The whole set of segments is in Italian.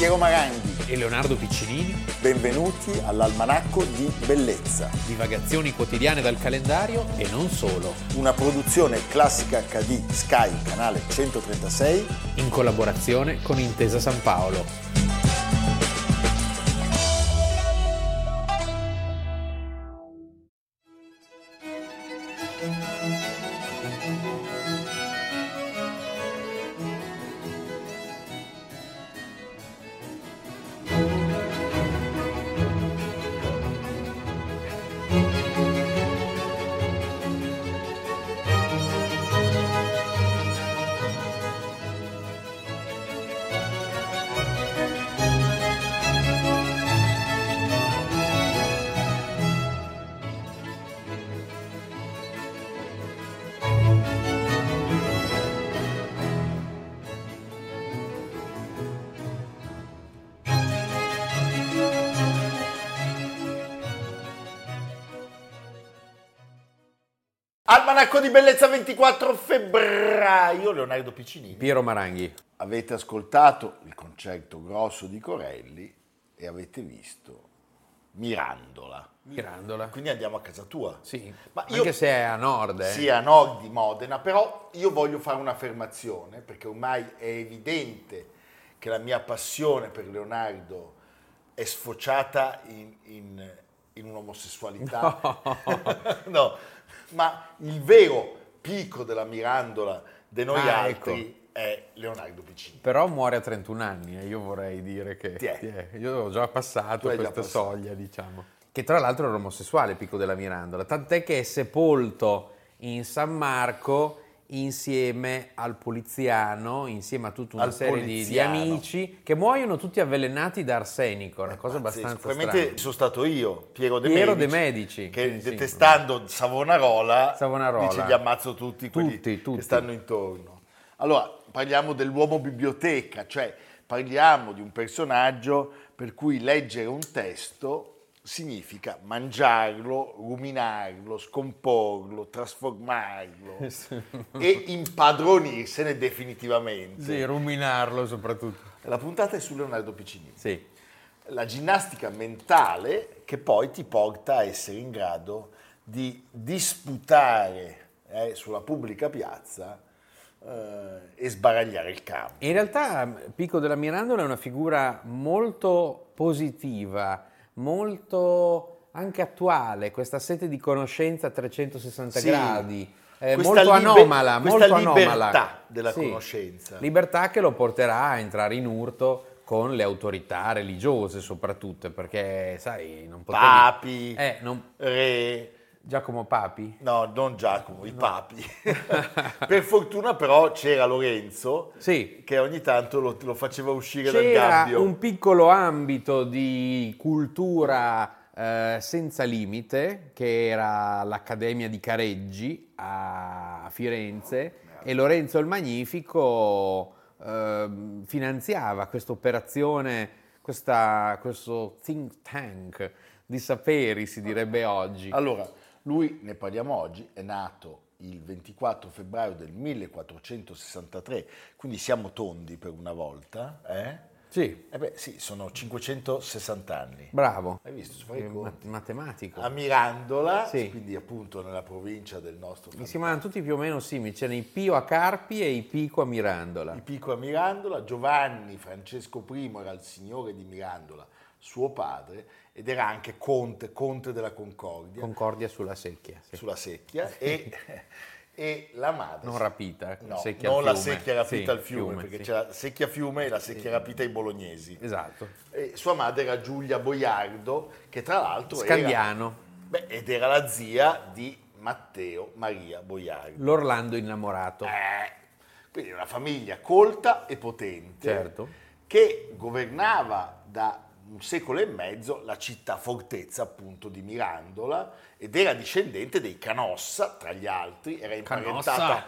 Piero Maranghi e Leonardo Piccinini. Benvenuti all'Almanacco di Bellezza. Divagazioni quotidiane dal calendario e non solo. Una produzione Classica HD Sky, canale 136. In collaborazione con Intesa San Paolo. Almanacco di Bellezza 24 febbraio, Leonardo Piccinini. Piero Maranghi. Avete ascoltato il concerto grosso di Corelli e avete visto Mirandola. Quindi andiamo a casa tua. Sì, ma anche se è a nord. Sì, a nord di Modena, però io voglio fare un'affermazione, perché ormai è evidente che la mia passione per Leonardo è sfociata in un'omosessualità. No, ma il vero picco della Mirandola di noi altri è Leonardo Piccinini. Però muore a 31 anni, io vorrei dire che io ho già passato questa soglia, diciamo. Che tra l'altro era omosessuale, Picco della Mirandola, tant'è che è sepolto in San Marco insieme al poliziano, insieme a tutta una serie di amici che muoiono tutti avvelenati da arsenico, una cosa abbastanza strana. Probabilmente sono stato io, Piero De Medici, che detestando Savonarola dice gli ammazzo tutti quelli che stanno intorno. Allora, parliamo dell'uomo biblioteca, cioè parliamo di un personaggio per cui leggere un testo significa mangiarlo, ruminarlo, scomporlo, trasformarlo e impadronirsene definitivamente. Sì, ruminarlo soprattutto. La puntata è su Leonardo Piccinini. Sì. La ginnastica mentale che poi ti porta a essere in grado di disputare sulla pubblica piazza e sbaragliare il campo. In realtà Picco della Mirandola è una figura molto positiva, molto anche attuale, questa sete di conoscenza a 360 gradi, molto anomala. Questa libertà della conoscenza. Libertà che lo porterà a entrare in urto con le autorità religiose soprattutto, perché sai, non potevi... Papi, re... Giacomo Papi? No, non Giacomo, i papi. Per fortuna però c'era Lorenzo, che ogni tanto lo faceva uscire dal gabbio. C'era un piccolo ambito di cultura senza limite, che era l'Accademia di Careggi a Firenze, e Lorenzo il Magnifico finanziava questa operazione, questo think tank di saperi, si direbbe oggi. Allora, lui, ne parliamo oggi, è nato il 24 febbraio del 1463, quindi siamo tondi per una volta, Sì. Sì, sono 560 anni. Bravo. Hai visto? Matematico. A Mirandola, quindi appunto nella provincia del nostro... Mi sembrano tutti più o meno simili, c'erano i Pio a Carpi e i Pico a Mirandola. I Pico a Mirandola, Giovanni Francesco I era il signore di Mirandola, suo padre, ed era anche conte della Concordia. Concordia sulla Secchia. Sì. Sulla Secchia e la madre... Non rapita, no, secchia non al la fiume. secchia rapita al fiume, perché c'è la secchia fiume e la secchia rapita ai bolognesi. Esatto. E sua madre era Giulia Boiardo, che tra l'altro Scandiano. ed era la zia di Matteo Maria Boiardo. L'Orlando innamorato. Quindi una famiglia colta e potente, certo, che governava da un secolo e mezzo la città fortezza appunto di Mirandola ed era discendente dei Canossa, tra gli altri, era imparentata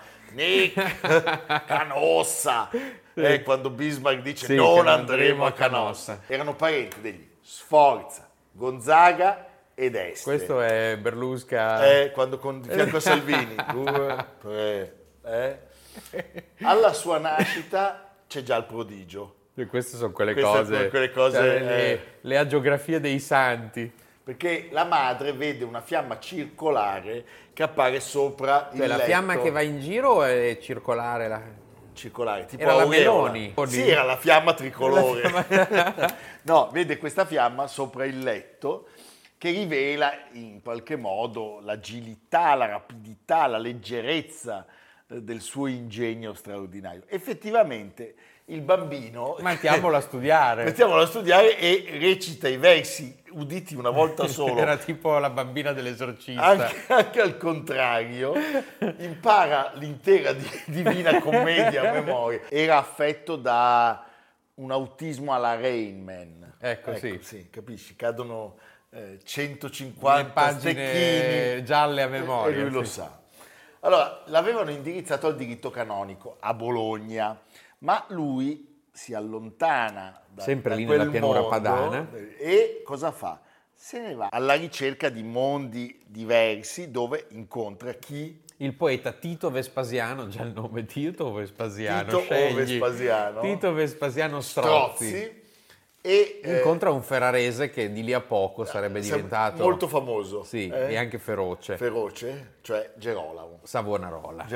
Canossa, quando Bismarck dice non andremo a Canossa. Erano parenti degli Sforza, Gonzaga ed Este. Questo è Berlusca. Quando con di fianco a Salvini. 2, 3, Alla sua nascita c'è già il prodigio. E queste sono quelle cose, cioè, le agiografie dei santi. Perché la madre vede una fiamma circolare che appare sopra il letto. La fiamma che va in giro è circolare? Circolare, tipo era la Meloni. Sì, era la fiamma tricolore. No, vede questa fiamma sopra il letto che rivela in qualche modo l'agilità, la rapidità, la leggerezza del suo ingegno straordinario. Effettivamente il bambino... Mettiamolo a studiare. Mettiamolo a studiare e recita i versi uditi una volta solo. Era tipo la bambina dell'esorcista. Anche al contrario, impara l'intera Divina Commedia a memoria. Era affetto da un autismo alla Rain Man. Ecco sì, capisci? Cadono 150 stecchini gialle a memoria. E lui lo sa. Allora, l'avevano indirizzato al diritto canonico a Bologna, ma lui si allontana sempre lì nella pianura padana e cosa fa? Se ne va alla ricerca di mondi diversi dove incontra chi? Il poeta Tito Vespasiano, già il nome Tito Vespasiano, Tito Vespasiano Strozzi. E incontra un ferrarese che di lì a poco sarebbe diventato molto famoso. Sì, e anche feroce. Feroce, cioè Gerolamo Savonarola.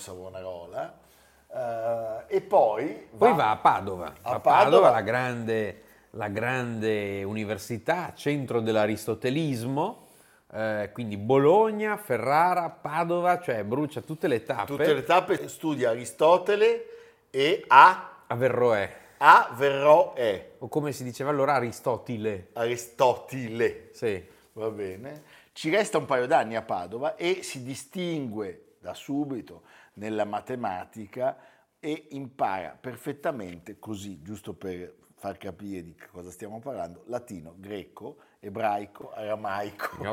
E poi va a Padova. A Padova la grande università, centro dell'aristotelismo, quindi Bologna, Ferrara, Padova, cioè brucia tutte le tappe. Tutte le tappe, studia Aristotele e Averroè. Averroè. O come si diceva allora Aristotile. Sì. Va bene. Ci resta un paio d'anni a Padova e si distingue da subito nella matematica e impara perfettamente, così, giusto per far capire di cosa stiamo parlando, latino, greco, ebraico, aramaico.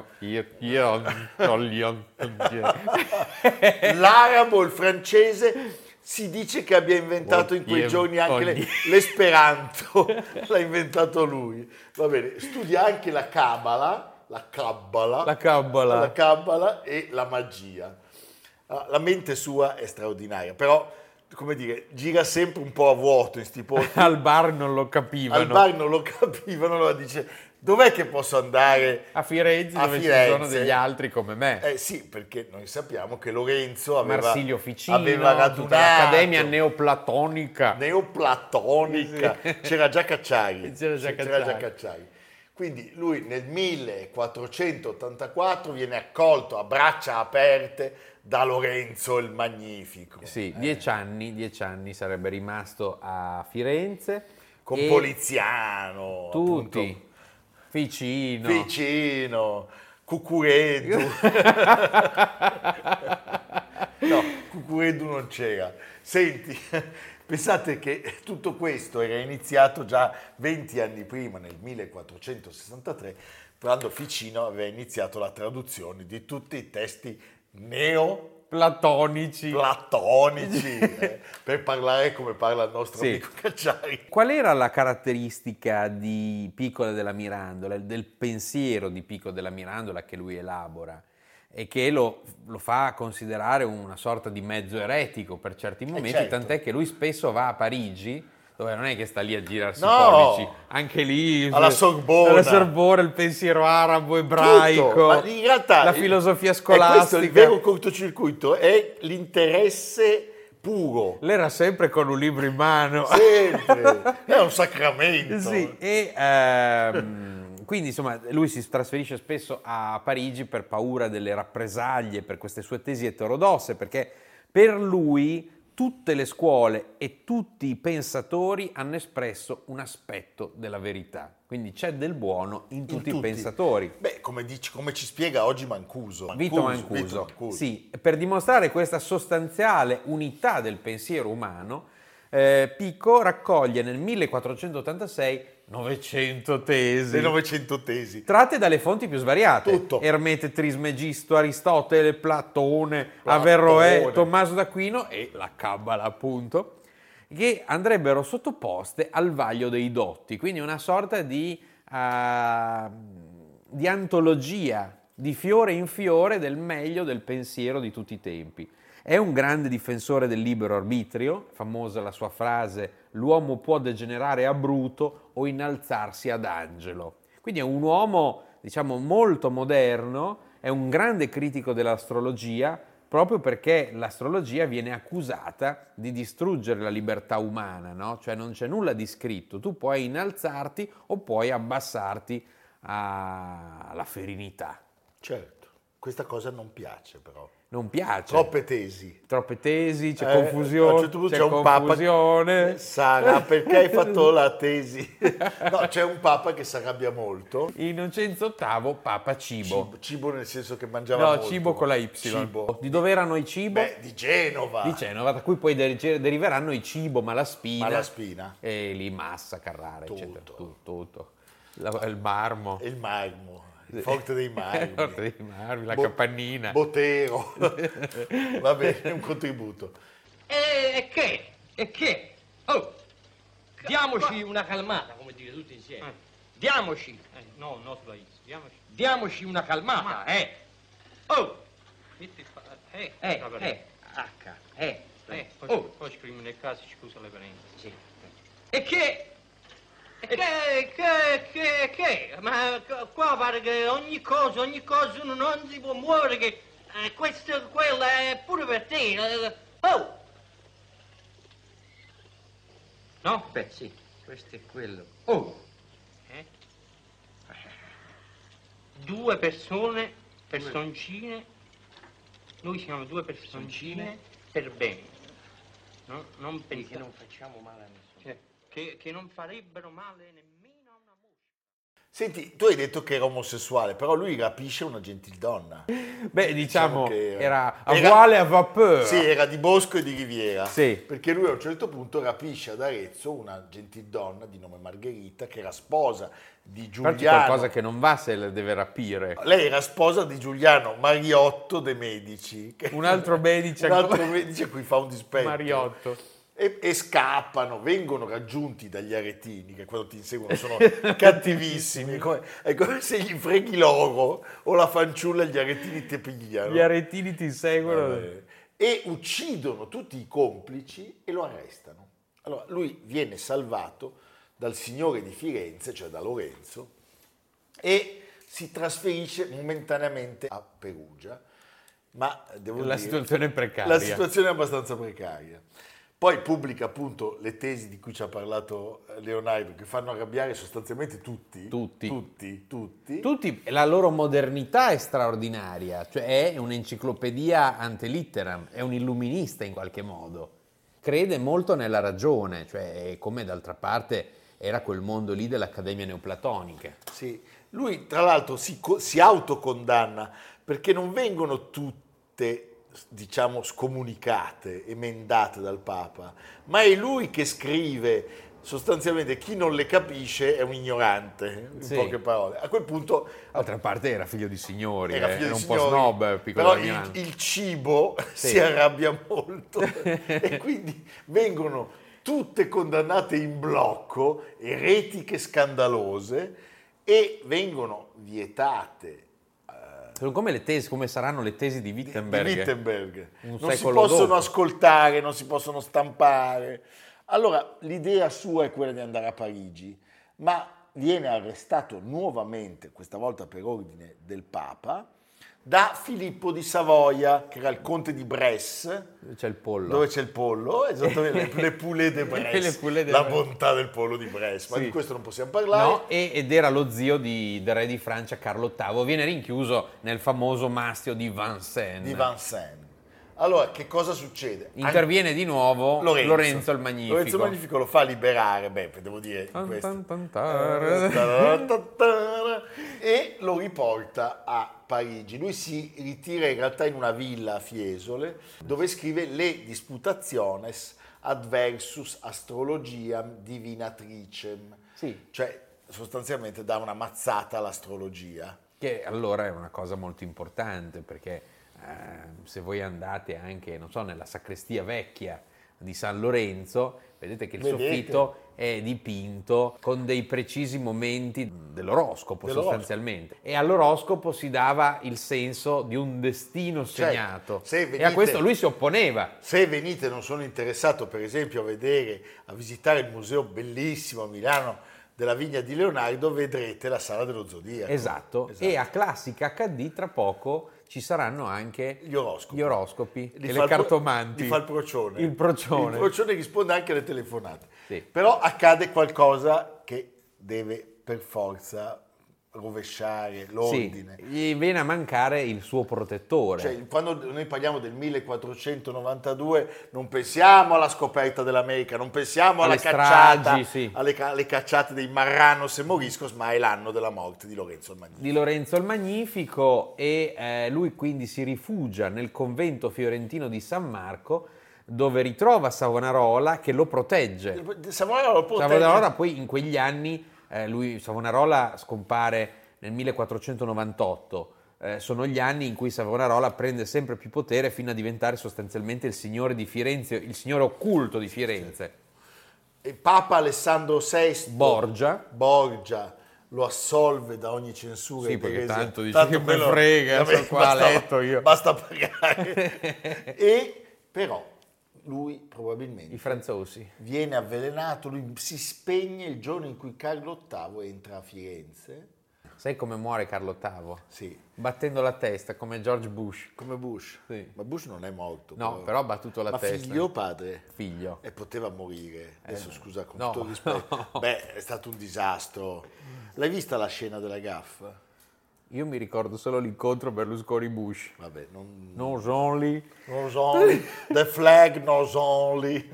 L'arabo, il francese... Si dice che abbia inventato in quei giorni anche l'esperanto, l'ha inventato lui. Va bene, studia anche la Cabala e la magia. La mente sua è straordinaria, però, come dire, gira sempre un po' a vuoto in sti posti. Al bar non lo capivano, allora dice... Dov'è che posso andare? A Firenze, dove ci sono degli altri come me. Sì, perché noi sappiamo che Lorenzo Marsilio Ficino, aveva radunato l'Accademia Neoplatonica. Sì. C'era già Cacciari. Quindi lui nel 1484 viene accolto a braccia aperte da Lorenzo il Magnifico. Sì, 10 anni sarebbe rimasto a Firenze. Con Poliziano. Tutti. Appunto. Ficino, Cucureddu. No, Cucureddu non c'era. Senti, pensate che tutto questo era iniziato già 20 anni prima, nel 1463, quando Ficino aveva iniziato la traduzione di tutti i testi platonici, per parlare come parla il nostro amico Cacciari. Qual era la caratteristica di Pico della Mirandola, del pensiero di Pico della Mirandola che lui elabora e che lo fa considerare una sorta di mezzo eretico per certi momenti, tant'è che lui spesso va a Parigi, dove non è che sta lì a girarsi i pollici, anche lì alla Sorbona il pensiero arabo, ebraico, tutto. Ma in realtà la filosofia scolastica. Questo il vero cortocircuito, è l'interesse puro. L'era sempre con un libro in mano. Sempre, è un sacramento. Sì, e quindi insomma lui si trasferisce spesso a Parigi per paura delle rappresaglie per queste sue tesi eterodosse, perché per lui tutte le scuole e tutti i pensatori hanno espresso un aspetto della verità. Quindi c'è del buono in tutti i pensatori. Beh, come ci spiega oggi Vito Mancuso. Sì, per dimostrare questa sostanziale unità del pensiero umano, Pico raccoglie nel 1486 900 tesi. Le 900 tesi. Tratte dalle fonti più svariate. Tutto. Ermete Trismegisto, Aristotele, Platone, Averroè, Tommaso d'Aquino e la Cabala, appunto, che andrebbero sottoposte al vaglio dei dotti. Quindi una sorta di antologia di fiore in fiore del meglio del pensiero di tutti i tempi. È un grande difensore del libero arbitrio, famosa la sua frase «L'uomo può degenerare a Bruto o innalzarsi ad angelo». Quindi è un uomo, diciamo, molto moderno, è un grande critico dell'astrologia, proprio perché l'astrologia viene accusata di distruggere la libertà umana, no? Cioè non c'è nulla di scritto, tu puoi innalzarti o puoi abbassarti alla ferinità. Certo, questa cosa non piace però. Non piace. Troppe tesi, c'è confusione. A un certo punto c'è un papa. Sara, perché hai fatto la tesi? No, c'è un papa che si arrabbia molto. Innocenzo VIII, papa cibo. Cibo nel senso che mangiava molto. No, cibo con la Y. Cibo. Di dove erano i cibo? Di Genova. Di Genova, da cui poi deriveranno i cibo, Malaspina. Malaspina. E lì Massa, Carrara, eccetera. Tutto. Il marmo. Il marmo. Il Forte dei Marmi, la Capannina. Botero. Va bene, è un contributo. E che? Oh, diamoci una calmata, come dire, tutti insieme. Diamoci. No, sulla X, diamoci una calmata, Oh. Poi scriviamo nel caso, scusa le parenti. Sì. E che? Che? Ma qua pare che ogni cosa uno non si può muovere, che questo, quello è pure per te. Oh! No? Beh, sì, questo è quello. Oh! Due personcine, noi siamo due personcine per bene. No? Non pensiamo. Che non facciamo male a nessuno. Cioè, che non farebbero male nemmeno a una mosca. Senti, tu hai detto che era omosessuale, però lui rapisce una gentildonna. Beh, diciamo che era a voile a vapeur. Sì, era di Bosco e di Riviera. Sì. Perché lui a un certo punto rapisce ad Arezzo una gentildonna di nome Margherita, che era sposa di Giuliano. Però c'è qualcosa che non va se le deve rapire. Lei era sposa di Giuliano Mariotto de' Medici. Un altro medici. Un altro medici a cui fa un dispetto. Mariotto. E scappano, vengono raggiunti dagli aretini, che quando ti inseguono sono cattivissimi, è come se gli freghi loro o la fanciulla e gli aretini ti pigliano. Gli aretini ti seguono. E uccidono tutti i complici e lo arrestano. Allora lui viene salvato dal signore di Firenze, cioè da Lorenzo, e si trasferisce momentaneamente a Perugia, ma devo dire... La situazione è precaria. La situazione è abbastanza precaria. Poi pubblica appunto le tesi di cui ci ha parlato Leonardo, che fanno arrabbiare sostanzialmente tutti. Tutti. La loro modernità è straordinaria, cioè è un'enciclopedia ante litteram, è un illuminista in qualche modo. Crede molto nella ragione, cioè come d'altra parte era quel mondo lì dell'Accademia Neoplatonica. Sì, lui tra l'altro si autocondanna perché non vengono tutte, diciamo, scomunicate, emendate dal Papa, ma è lui che scrive. Sostanzialmente chi non le capisce è un ignorante, in poche parole. A quel punto... D'altra parte era figlio di signori, era un po' snob. Però il cibo si arrabbia molto e quindi vengono tutte condannate in blocco, eretiche scandalose, e vengono vietate. Sono come le tesi, come saranno le tesi di Wittenberg. Non si possono ascoltare, non si possono stampare. Allora, l'idea sua è quella di andare a Parigi, ma viene arrestato nuovamente, questa volta per ordine del Papa, da Filippo di Savoia, che era il conte di Bresse. Dove c'è il pollo. Dove c'è il pollo, esattamente, le poulet de Bresse, la bontà del pollo di Bresse, ma di questo non possiamo parlare. No, ed era lo zio del re di Francia Carlo VIII, viene rinchiuso nel famoso mastio di Vincennes. Allora, che cosa succede? Interviene di nuovo Lorenzo il Magnifico. Lorenzo il Magnifico lo fa liberare, devo dire, e lo riporta a Parigi. Lui si ritira in realtà in una villa a Fiesole, dove scrive Le Disputationes adversus astrologiam divinatricem. Sì. Cioè, sostanzialmente dà una mazzata all'astrologia. Che allora è una cosa molto importante, perché se voi andate anche, non so, nella sacrestia vecchia di San Lorenzo, vedete che il soffitto è dipinto con dei precisi momenti dell'oroscopo sostanzialmente, e all'oroscopo si dava il senso di un destino segnato, e a questo lui si opponeva. Se venite, non sono interessato per esempio a visitare il museo bellissimo a Milano della Vigna di Leonardo, vedrete la Sala dello Zodiaco. Esatto. E a Classica HD tra poco ci saranno anche gli oroscopi e le cartomanti. Li fa il procione. Il procione risponde anche alle telefonate. Sì. Però accade qualcosa che deve per forza rovesciare l'ordine. Sì, gli viene a mancare il suo protettore. Cioè, quando noi parliamo del 1492 non pensiamo alla scoperta dell'America, non pensiamo alla cacciata, sì, alle cacciate dei Marranos e Moriscos, ma è l'anno della morte di Lorenzo il Magnifico. Di Lorenzo il Magnifico, e lui quindi si rifugia nel convento fiorentino di San Marco, dove ritrova Savonarola che lo protegge. Savonarola poi in quegli anni, Savonarola scompare nel 1498, sono gli anni in cui Savonarola prende sempre più potere fino a diventare sostanzialmente il signore di Firenze, il signore occulto di Firenze. E Papa Alessandro VI Borgia lo assolve da ogni censura. Sì, perché tanto dice che me frega, sono qua a letto io. Basta pagare. E però lui probabilmente i franzosi viene avvelenato, lui si spegne il giorno in cui Carlo VIII entra a Firenze. Sai come muore Carlo VIII? Sì. Battendo la testa, come George Bush. Come Bush? Sì. Ma Bush non è morto. No, però ha battuto la testa. Ma figlio o padre? Figlio. E poteva morire. Adesso scusa, con tutto il rispetto. No. Beh, è stato un disastro. L'hai vista la scena della gaffa? Io mi ricordo solo l'incontro Berlusconi-Bush. Vabbè, knows only. The flag knows only.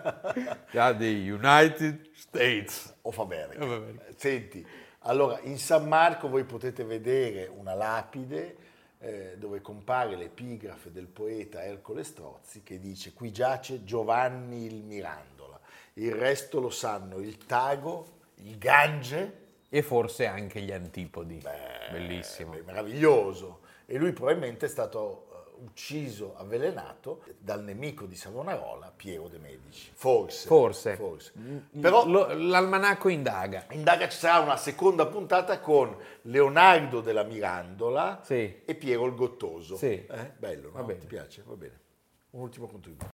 The United States. Of America. Senti, allora in San Marco voi potete vedere una lapide dove compare l'epigrafe del poeta Ercole Strozzi che dice: qui giace Giovanni il Mirandola, il resto lo sanno il Tago, il Gange e forse anche gli Antipodi. Bellissimo. Meraviglioso. E lui probabilmente è stato ucciso, avvelenato dal nemico di Savonarola, Piero de' Medici. Forse. Però l'almanacco indaga. Ci sarà una seconda puntata con Leonardo della Mirandola e Piero il Gottoso. Sì. Bello, no? Ti piace? Va bene. Un ultimo contributo.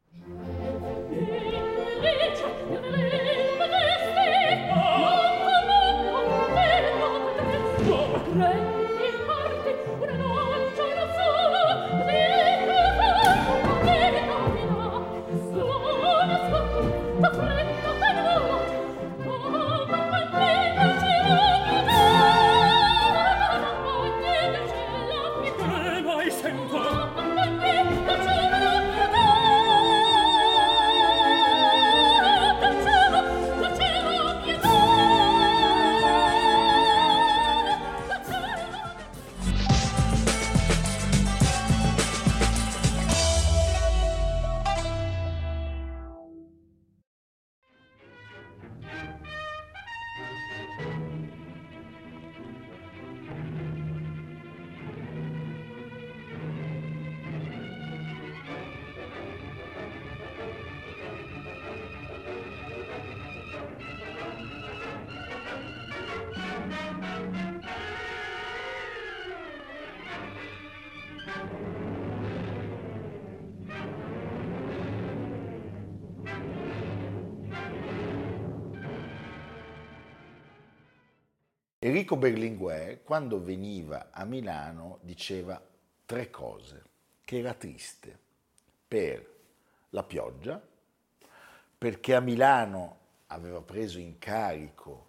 Enrico Berlinguer, quando veniva a Milano, diceva 3 cose: che era triste per la pioggia, perché a Milano aveva preso incarico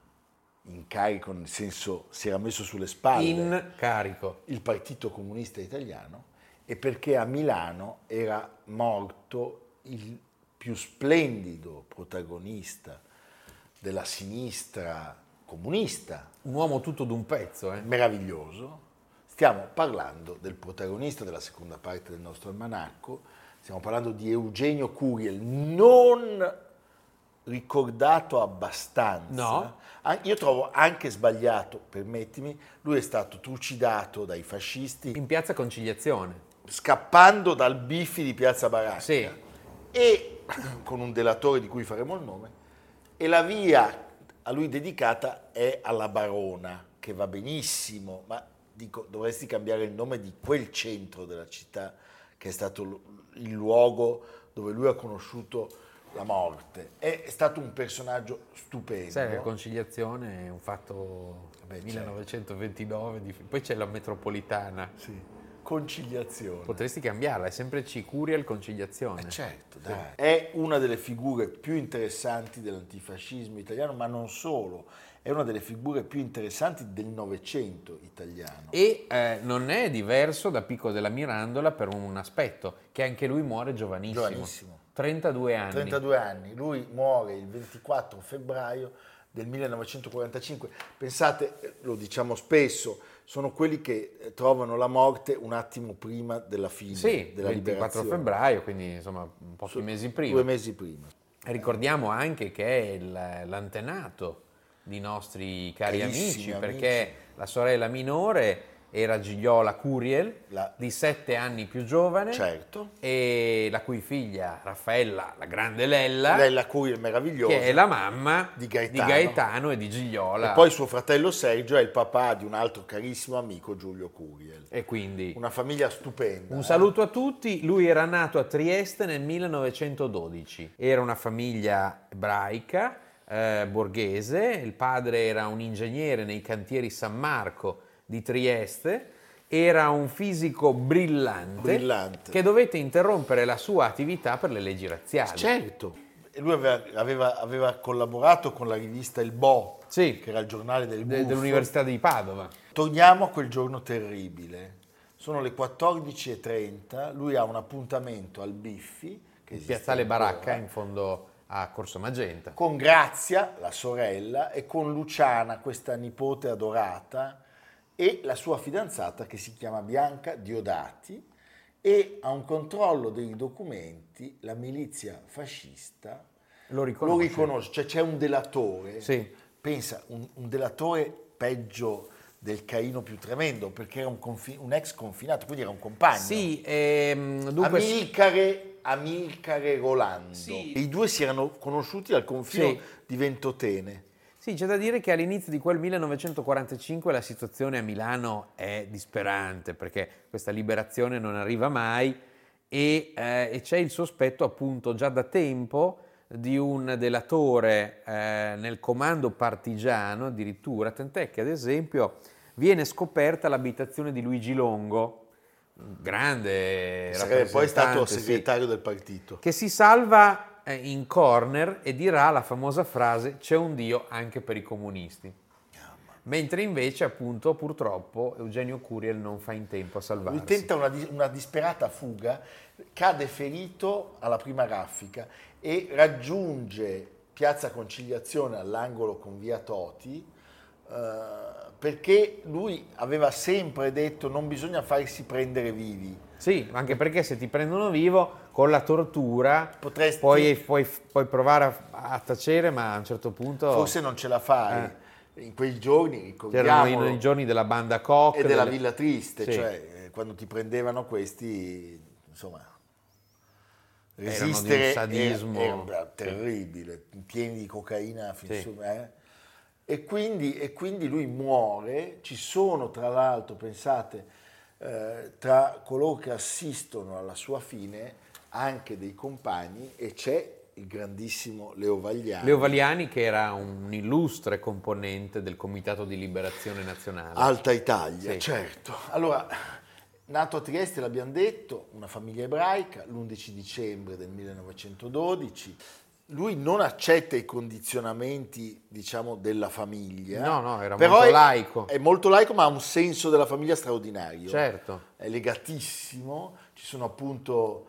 nel senso si era messo sulle spalle il Partito Comunista Italiano, e perché a Milano era morto il più splendido protagonista della sinistra comunista. Un uomo tutto d'un pezzo. Meraviglioso. Stiamo parlando del protagonista della seconda parte del nostro almanacco, stiamo parlando di Eugenio Curiel, non ricordato abbastanza. No. Io trovo anche sbagliato, permettimi, lui è stato trucidato dai fascisti in piazza Conciliazione, scappando dal Biffi di piazza Baracca, sì, e con un delatore di cui faremo il nome, E la via a lui dedicata è alla Barona, che va benissimo, ma dico, dovresti cambiare il nome di quel centro della città che è stato il luogo dove lui ha conosciuto la morte. È stato un personaggio stupendo. Sai, la conciliazione è un fatto 1929, poi c'è la metropolitana. Sì. Conciliazione. Potresti cambiarla, è sempre Curiel Conciliazione. Certo, dai. Sì. È una delle figure più interessanti dell'antifascismo italiano, ma non solo, è una delle figure più interessanti del Novecento italiano. E non è diverso da Pico della Mirandola per un aspetto, che anche lui muore giovanissimo. Giovanissimo. 32 anni. 32 anni. Lui muore il 24 febbraio del 1945. Pensate, lo diciamo spesso, sono quelli che trovano la morte un attimo prima della fine della 24 liberazione. Febbraio, quindi insomma pochi mesi prima. 2 mesi prima. Ricordiamo anche che è l'antenato di nostri cari amici, perché la sorella minore era Gigliola Curiel, di 7 anni più giovane, certo, e la cui figlia Raffaella, la grande Lella Curiel meravigliosa, che è la mamma di Gaetano e di Gigliola. E poi suo fratello Sergio è il papà di un altro carissimo amico, Giulio Curiel. E quindi una famiglia stupenda. Un saluto a tutti. Lui era nato a Trieste nel 1912. Era una famiglia ebraica, borghese. Il padre era un ingegnere nei cantieri San Marco di Trieste, era un fisico brillante che dovette interrompere la sua attività per le leggi razziali. Certo, e lui aveva collaborato con la rivista Il Bo, sì, che era il giornale dell'Università di Padova. Torniamo a quel giorno terribile, sono le 14:30, lui ha un appuntamento al Biffi, che in Piazzale Baracca, in fondo a Corso Magenta, con Grazia, la sorella, e con Luciana, questa nipote adorata, e la sua fidanzata che si chiama Bianca Diodati, e a un controllo dei documenti la milizia fascista lo riconosce, cioè c'è un delatore, sì. Pensa, un delatore peggio del Caino più tremendo, perché era un ex confinato, quindi era un compagno. Sì, dunque... Amilcare Rolando. Sì. I due si erano conosciuti al confino di Ventotene. Sì, c'è da dire che all'inizio di quel 1945 la situazione a Milano è disperante, perché questa liberazione non arriva mai e c'è il sospetto appunto già da tempo di un delatore nel comando partigiano addirittura, tant'è che ad esempio viene scoperta l'abitazione di Luigi Longo, un grande rappresentante, poi è stato segretario del partito, che si salva in corner e dirà la famosa frase: c'è un Dio anche per i comunisti. Mentre invece appunto purtroppo Eugenio Curiel non fa in tempo a salvarsi. Lui tenta una disperata fuga, cade ferito alla prima raffica e raggiunge Piazza Conciliazione all'angolo con via Toti, perché lui aveva sempre detto non bisogna farsi prendere vivi. Sì, anche perché se ti prendono vivo con la tortura puoi provare a tacere, ma a un certo punto forse non ce la fai. In quei giorni, ricordiamo, c'erano i giorni della banda Koch e della Villa Triste, sì. Cioè quando ti prendevano questi, insomma, resistere erano di un sadismo era terribile, pieni di cocaina e quindi lui muore. Ci sono, tra l'altro, pensate, tra coloro che assistono alla sua fine anche dei compagni, e c'è il grandissimo Leo Vagliani. Leo Vagliani, che era un illustre componente del Comitato di Liberazione Nazionale. Alta Italia, sì. Certo. Allora, nato a Trieste, l'abbiamo detto, una famiglia ebraica, l'11 dicembre del 1912. Lui non accetta i condizionamenti, diciamo, della famiglia. No, era molto laico. È molto laico, ma ha un senso della famiglia straordinario. Certo. È legatissimo. Ci sono appunto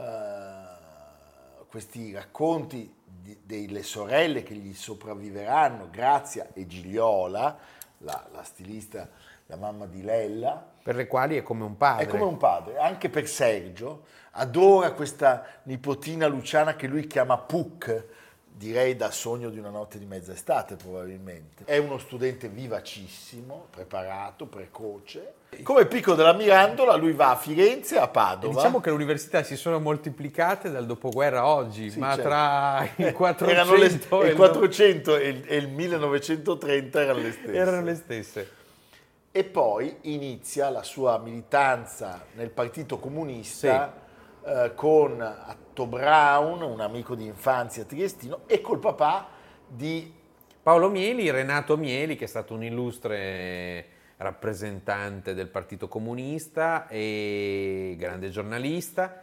questi racconti delle sorelle che gli sopravviveranno, Grazia e Gigliola, la stilista, la mamma di Lella. Per le quali è come un padre. È come un padre, anche per Sergio. Adora questa nipotina Luciana che lui chiama Puc, direi da Sogno di una notte di mezza estate probabilmente. È uno studente vivacissimo, preparato, precoce. Come Pico della Mirandola lui va a Firenze e a Padova. Diciamo che le università si sono moltiplicate dal dopoguerra a oggi, sì, ma certo. Tra il 400 il 400 e il 1930 erano le stesse. Erano le stesse. E poi inizia la sua militanza nel Partito Comunista, sì. Con Atto Braun, un amico di infanzia triestino, e col papà di Paolo Mieli, Renato Mieli, che è stato un illustre rappresentante del Partito Comunista e grande giornalista.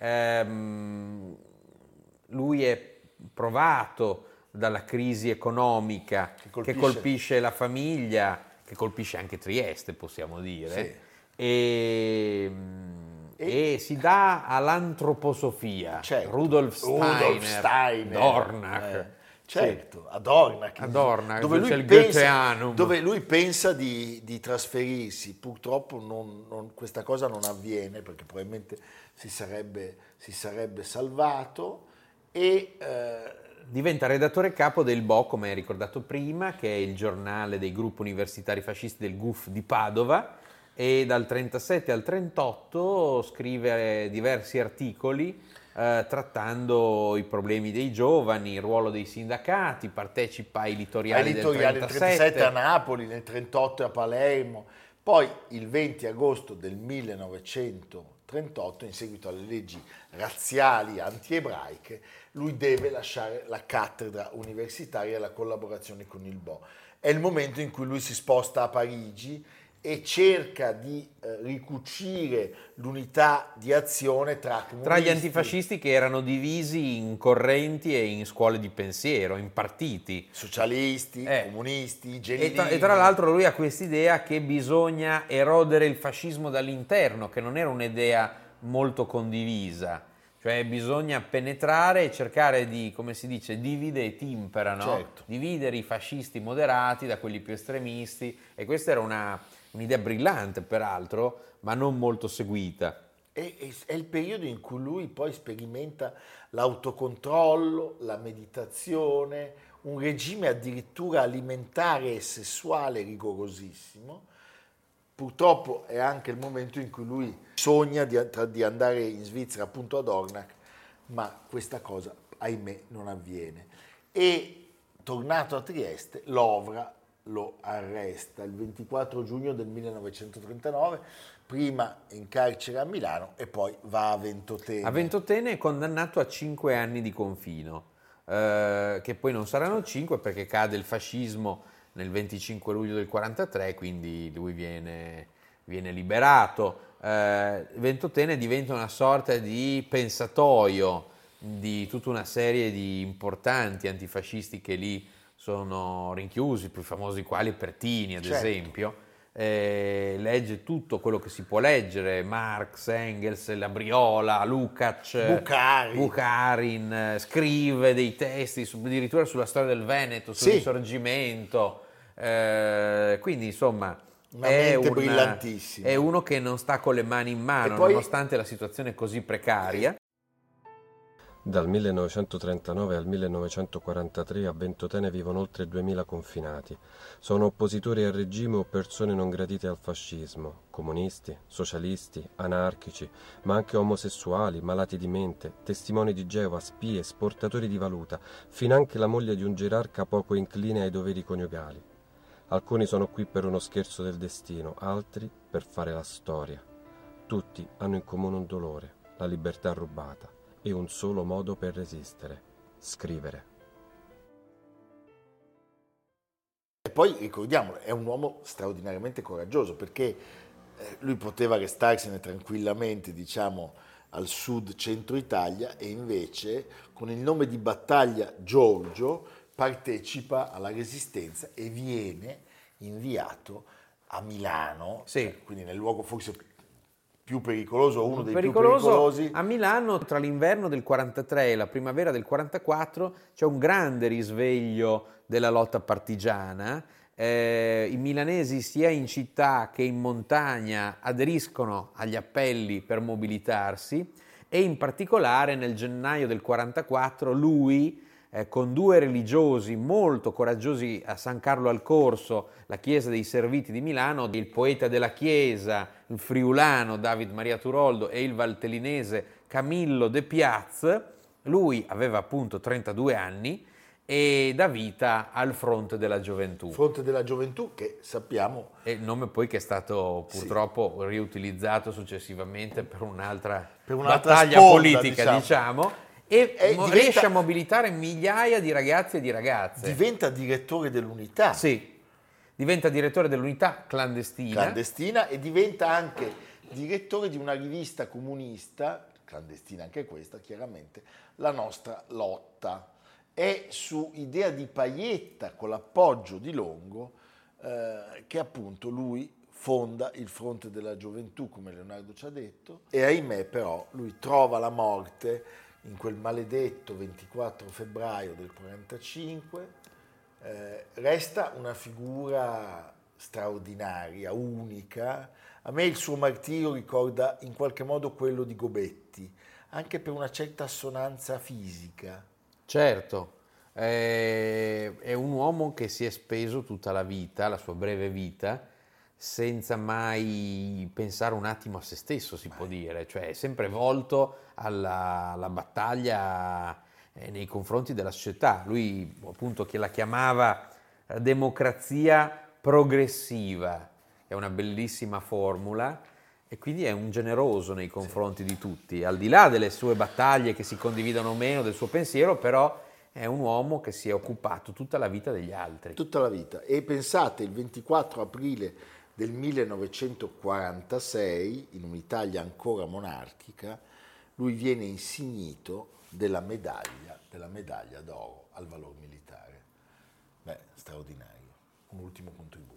Lui è provato dalla crisi economica che colpisce la famiglia, che colpisce anche Trieste, possiamo dire, sì. E si dà all'antroposofia, certo. Rudolf Steiner. Dornach. Certo, sì. ad Dornach, dove lui pensa di trasferirsi. Purtroppo questa cosa non avviene, perché probabilmente si sarebbe salvato, e diventa redattore capo del BO, come hai ricordato prima, che è il giornale dei gruppi universitari fascisti del GUF di Padova, e dal 37 al 38 scrive diversi articoli trattando i problemi dei giovani, il ruolo dei sindacati, partecipa ai litoriali del 37 a Napoli, nel 38 a Palermo. Poi il 20 agosto del 1938, in seguito alle leggi razziali anti-ebraiche, lui deve lasciare la cattedra universitaria e la collaborazione con il BO. È il momento in cui lui si sposta a Parigi e cerca di ricucire l'unità di azione tra gli antifascisti, che erano divisi in correnti e in scuole di pensiero, in partiti. Socialisti, comunisti, genillini. E tra l'altro lui ha quest'idea che bisogna erodere il fascismo dall'interno, che non era un'idea molto condivisa. Cioè bisogna penetrare e cercare di, come si dice, divide et impera, no? Certo. Dividere i fascisti moderati da quelli più estremisti, e questa era un'idea brillante peraltro, ma non molto seguita. È il periodo in cui lui poi sperimenta l'autocontrollo, la meditazione, un regime addirittura alimentare e sessuale rigorosissimo. Purtroppo è anche il momento in cui lui sogna di andare in Svizzera, appunto a Dornach, ma questa cosa, ahimè, non avviene. E tornato a Trieste, l'Ovra lo arresta il 24 giugno del 1939, prima in carcere a Milano e poi va a Ventotene. A Ventotene è condannato a 5 anni di confino, che poi non saranno 5 perché cade il fascismo nel 25 luglio del 43, quindi lui viene liberato. Ventotene diventa una sorta di pensatoio di tutta una serie di importanti antifascisti che lì sono rinchiusi, più famosi quali Pertini, ad esempio. Legge tutto quello che si può leggere, Marx, Engels, Labriola, Lukács, Bukharin, scrive dei testi addirittura sulla storia del Veneto, sul Risorgimento, quindi insomma brillantissima. È uno che non sta con le mani in mano, nonostante la situazione così precaria. Dal 1939 al 1943 a Ventotene vivono oltre 2000 confinati. Sono oppositori al regime o persone non gradite al fascismo, comunisti, socialisti, anarchici, ma anche omosessuali, malati di mente, testimoni di Geova, spie, esportatori di valuta, finanche la moglie di un gerarca poco incline ai doveri coniugali. Alcuni sono qui per uno scherzo del destino, altri per fare la storia. Tutti hanno in comune un dolore, la libertà rubata. E un solo modo per resistere: scrivere. E poi ricordiamolo, è un uomo straordinariamente coraggioso, perché lui poteva restarsene tranquillamente, diciamo, al sud centro Italia, e invece con il nome di battaglia Giorgio partecipa alla resistenza e viene inviato a Milano, quindi nel luogo forse più pericoloso, uno dei più pericolosi. A Milano, tra l'inverno del 43 e la primavera del 44, c'è un grande risveglio della lotta partigiana. I milanesi, sia in città che in montagna, aderiscono agli appelli per mobilitarsi, e in particolare nel gennaio del 44 lui con 2 religiosi molto coraggiosi a San Carlo al Corso, la chiesa dei Serviti di Milano, il poeta della chiesa, il friulano David Maria Turoldo e il valtellinese Camillo De Piaz. Lui aveva appunto 32 anni e dà vita al Fronte della Gioventù. Fronte della Gioventù, che sappiamo... È il nome poi che è stato purtroppo riutilizzato successivamente per un'altra battaglia sponda, politica, diciamo, e riesce a mobilitare migliaia di ragazzi e di ragazze. Diventa direttore dell'Unità. Sì, diventa direttore dell'Unità clandestina e diventa anche direttore di una rivista comunista, clandestina anche questa, chiaramente, La Nostra Lotta. È su idea di Pajetta, con l'appoggio di Longo, che appunto lui fonda il Fronte della Gioventù, come Leonardo ci ha detto, e ahimè però lui trova la morte in quel maledetto 24 febbraio del 1945, resta una figura straordinaria, unica. A me il suo martirio ricorda in qualche modo quello di Gobetti, anche per una certa assonanza fisica. Certo, è un uomo che si è speso tutta la vita, la sua breve vita, senza mai pensare un attimo a se stesso, si può dire, cioè è sempre volto alla battaglia nei confronti della società. Lui appunto che la chiamava democrazia progressiva, è una bellissima formula, e quindi è un generoso nei confronti di tutti, al di là delle sue battaglie che si condividono o meno, del suo pensiero, però è un uomo che si è occupato tutta la vita degli altri. Tutta la vita. E pensate, il 24 aprile del 1946, in un'Italia ancora monarchica, lui viene insignito della medaglia d'oro al valor militare. Beh, straordinario. Un ultimo contributo.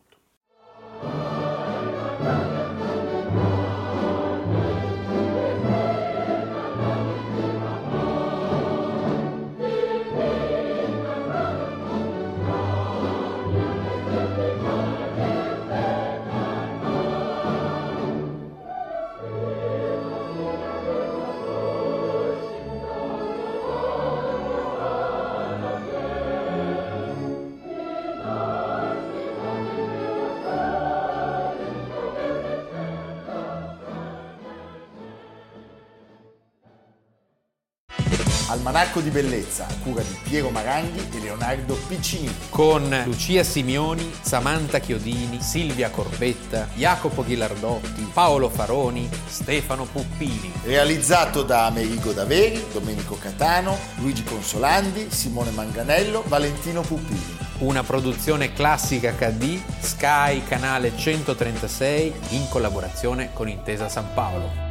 Almanacco di bellezza, a cura di Piero Maranghi e Leonardo Piccini. Con Lucia Simioni, Samantha Chiodini, Silvia Corbetta, Jacopo Ghilardotti, Paolo Faroni, Stefano Puppini. Realizzato da Amerigo Daveri, Domenico Catano, Luigi Consolandi, Simone Manganello, Valentino Puppini. Una produzione Classica HD, Sky Canale 136, in collaborazione con Intesa San Paolo.